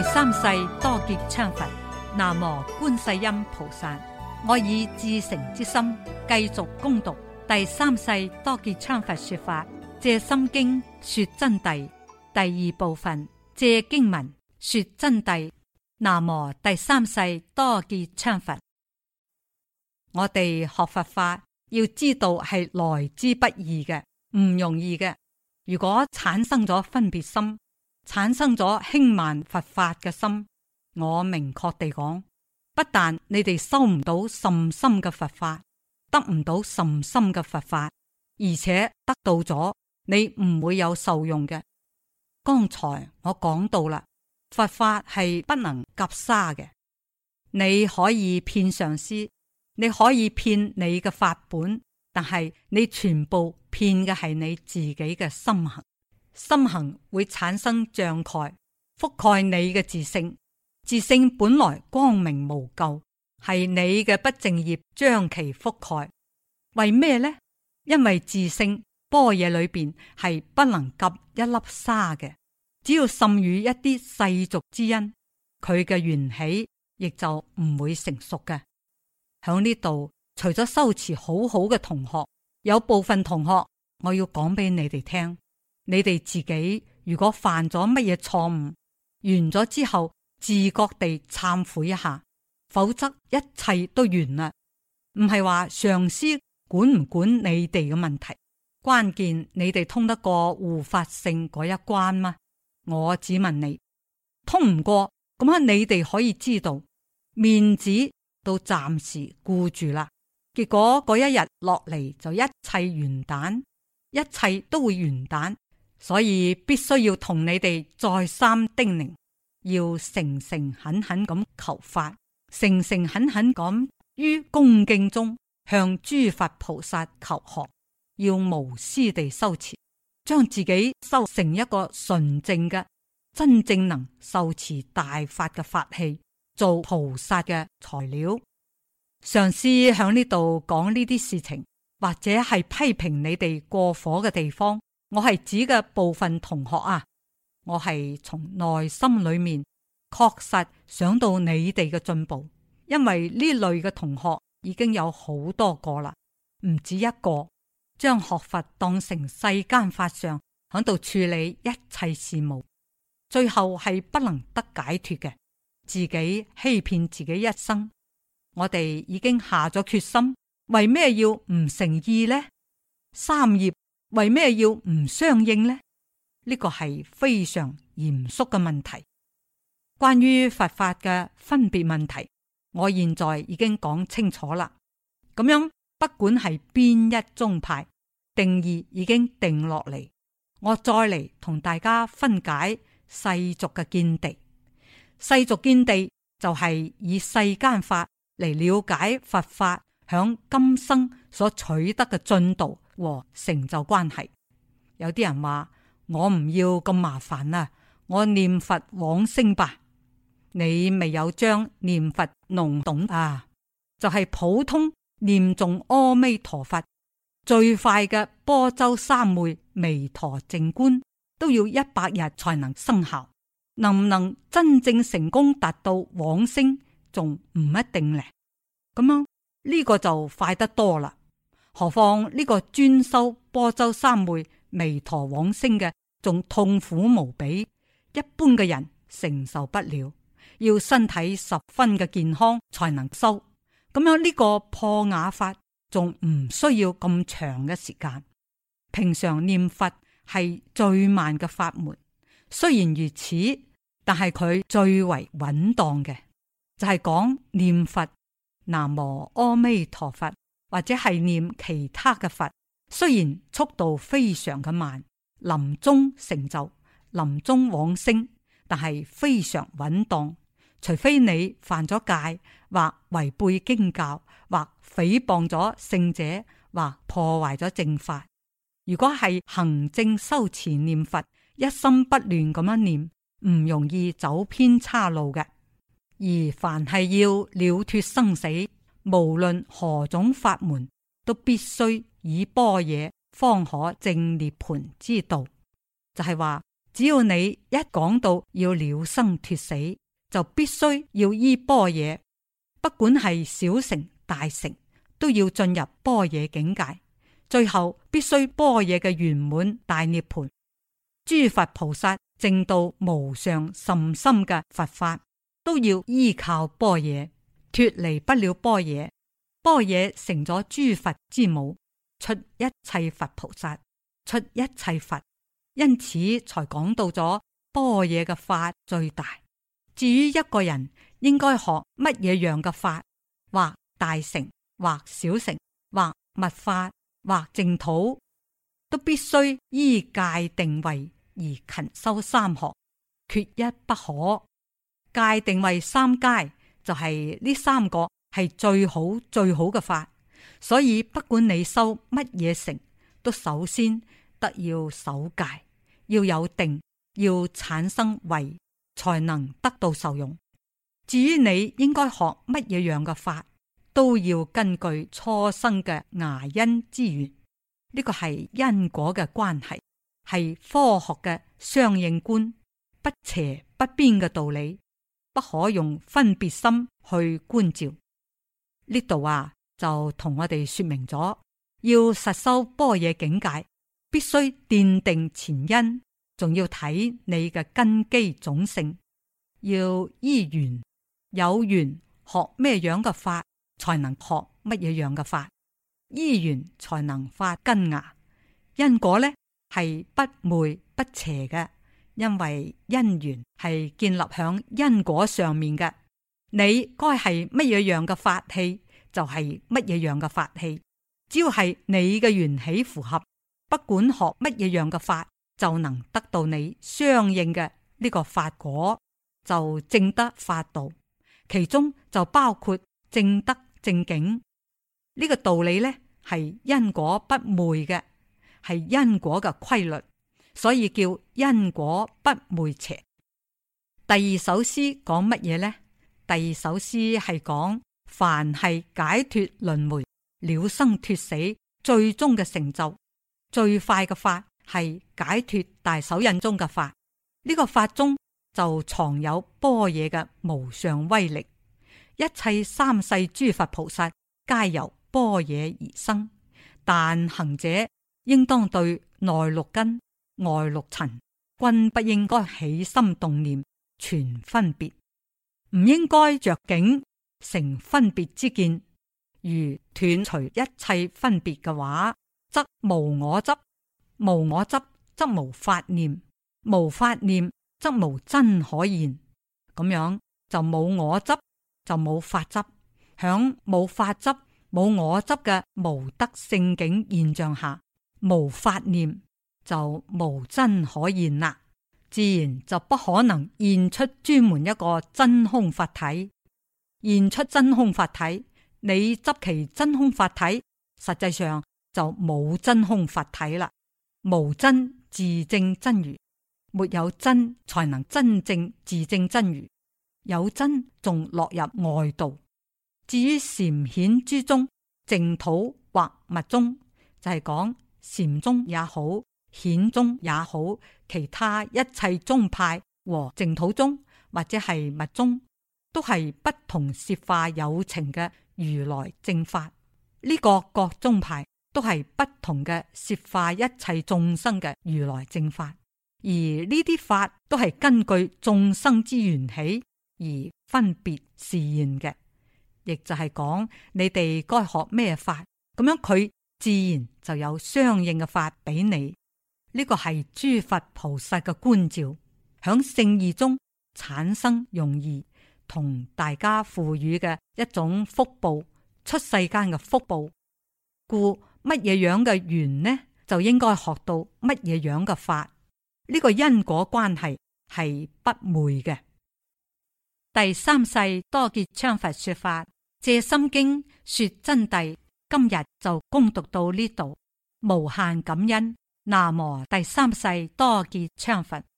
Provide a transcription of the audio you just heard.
三世多杰羌佛，南無觀世音菩薩。我以至誠之心繼續恭讀第三世多杰羌佛說法《藉心經》說真諦第二部分，藉經文說真諦。南無第三世多杰羌佛。我哋學佛法要知道係來之不易嘅，唔容易嘅。如果產生咗分別心，產生咗輕慢佛法嘅心，我明確地講，不但你哋收唔到甚深嘅佛法，得唔到甚深嘅佛法，而且得到咗你唔會有受用嘅。剛才我講到啦，佛法係不能夾沙嘅。你可以騙上師，你可以騙你嘅法本，但係你全部騙嘅係你自己嘅心行。心行會產生障蓋，覆蓋你嘅自性。自性本來光明無垢，係你嘅不正業將其覆蓋。為咩呢？因為自性般若裏邊係不能及一粒沙嘅，只要滲入一啲世俗之因，佢嘅緣起亦就唔會成熟嘅。響呢度，除咗修持好好嘅同學，有部分同學我要講俾你哋聽。你哋自己如果犯咗乜嘢錯誤，完咗之後自覺地懺悔一下，否則一切都完啦。唔係話上師管唔管你哋嘅問題，關鍵你哋通得過護法性嗰一關嗎？我只問你，通唔過，咁樣你哋可以知道面子都暫時顧住啦。結果嗰一日落嚟就一切完蛋，一切都會完蛋。所以必須要同你哋再三叮嚀，要誠誠懇懇咁求法，誠誠懇懇咁於恭敬中向諸佛菩薩求學，要無私地修持，將自己修成一個純正嘅、真正能受持大法嘅法器，做菩薩嘅材料。上師響呢度講呢啲事情，或者係批評你哋過火嘅地方，我係指嘅部分同學啊，我係從內心裏面確實想到你哋嘅進步，因為呢類嘅同學已經有好多個啦，唔止一個，將學佛當成世間法上響度處理一切事務，最後係不能得解脫嘅，自己欺騙自己一生。我哋已經下咗決心，為咩要唔誠意呢？三業為咩要唔相應呢？呢個係非常嚴肅嘅問題。關於佛法嘅分別問題，我現在已經講清楚啦。咁樣不管係邊一宗派，定義已經定落嚟，我再嚟同大家分解世俗嘅見地。世俗見地就係以世間法嚟了解佛法響今生所取得嘅進度和成就關係。有啲人話我唔要咁麻煩啊，我念佛往生吧。你未有將念佛弄懂啊，就係普通念誦阿彌陀佛，最快嘅般舟三昧彌陀淨觀都要100日才能生效，能唔能真正成功達到往生仲唔一定呢。咁樣呢個就快得多啦。何況呢個專修般舟三昧彌陀往生嘅，仲痛苦無比，一般嘅人承受不了，要身體十分嘅健康才能修。咁樣呢個破瓦法仲唔需要咁長嘅時間。平常念佛係最慢嘅法門，雖然如此，但係佢最為穩當嘅，就係講念佛南無阿彌陀佛，或者係念其他嘅佛，雖然速度非常嘅慢，臨終成就、臨終往生，但係非常穩當。除非你犯咗戒，或違背經教，或誹謗咗聖者，或破壞咗正法。如果係行正修持念佛，一心不亂咁樣念，唔容易走偏差路嘅。而凡係要了脫生死，無論何種法門，都必須以般若方可證涅槃之道。就係話只要你一講到要了生脫死，就必須要依般若，不管係小乘大乘，都要進入般若境界，最後必須般若嘅圓滿大涅槃。諸佛菩薩證到無上甚深嘅佛法，都要依靠般若，脫離不了般若。般若成咗諸佛之母，出一切佛菩薩，出一切佛，因此才講到咗般若嘅法最大。至於一個人應該學乜嘢樣嘅法，或大乘，或小乘，或密法，或淨土，都必須依戒定慧而勤修三學，缺一不可。戒定慧三階就係呢三個係最好最好嘅法，所以不管你修乜嘢乘，都首先得要守戒，要有定，要產生慧，才能得到受用。至於你應該學乜嘢樣嘅法，都要根據初生嘅芽因之緣，呢個係因果嘅關係，係科學嘅相應觀，不邪不邊嘅道理，不可用分別心去觀照。呢度就同我哋說明咗，要實修般若境界，必須奠定前因，仲要睇你嘅根基種性，要依緣，有緣學咩樣嘅法，才能學乜嘢樣嘅法，依緣才能發根芽。因果呢係不昧不邪嘅，因為因緣係建立響因果上面嘅。你該係乜嘢樣嘅法器，就係乜嘢樣嘅法器。只要係你嘅緣起符合，不管學乜嘢樣嘅法，就能得到你相應嘅呢個法果，就證得法道。其中就包括證得正境。呢個道理呢係因果不昧嘅，係因果嘅規律，所以叫因果不昧邪。第二首詩講乜嘢呢？第二首詩係講凡係解脫輪迴、了生脫死最終嘅成就，最快嘅法係解脫大手印中嘅法。呢個法中就藏有般若嘅無上威力，一切三世諸佛菩薩皆由般若而生，但行者應當對內六根、外六塵均不應該起心動念全分別，唔應該着境成分別之見。如斷除一切分別嘅話，則無我執，無我執則無法念，無法念則無真可言。咁樣就冇我執，就冇法執。響冇法執、冇我執嘅無得聖境現象下，無法念就無真可言啦，自然就不可能現出專門一個真空法體。現出真空法體，你執其真空法體，實際上就冇真空法體啦。無真自證真如，沒有真才能真正自證真如，有真仲落入外道。至於禪顯之中，淨土或密宗，就係講禪宗也好，顯宗也好，其他一切宗派和淨土宗或者係密宗，都係不同攝化有情嘅如來正法。呢個各宗派都係不同嘅攝化一切眾生嘅如來正法，而呢啲法都係根據眾生之緣起而分別示現嘅。亦就係講你哋該學咩法，咁樣佢自然就有相應嘅法俾你。呢個係諸佛菩薩嘅觀照，響聖義中產生容易，同大家賦予嘅一種福報，出世間嘅福報。故乜嘢樣嘅緣呢，就應該學到乜嘢樣嘅法。呢個因果關係係不昧嘅。第三世多杰羌佛說法藉心經說真諦，今日就恭讀到呢度，無限感恩。南無第三世多杰羌佛。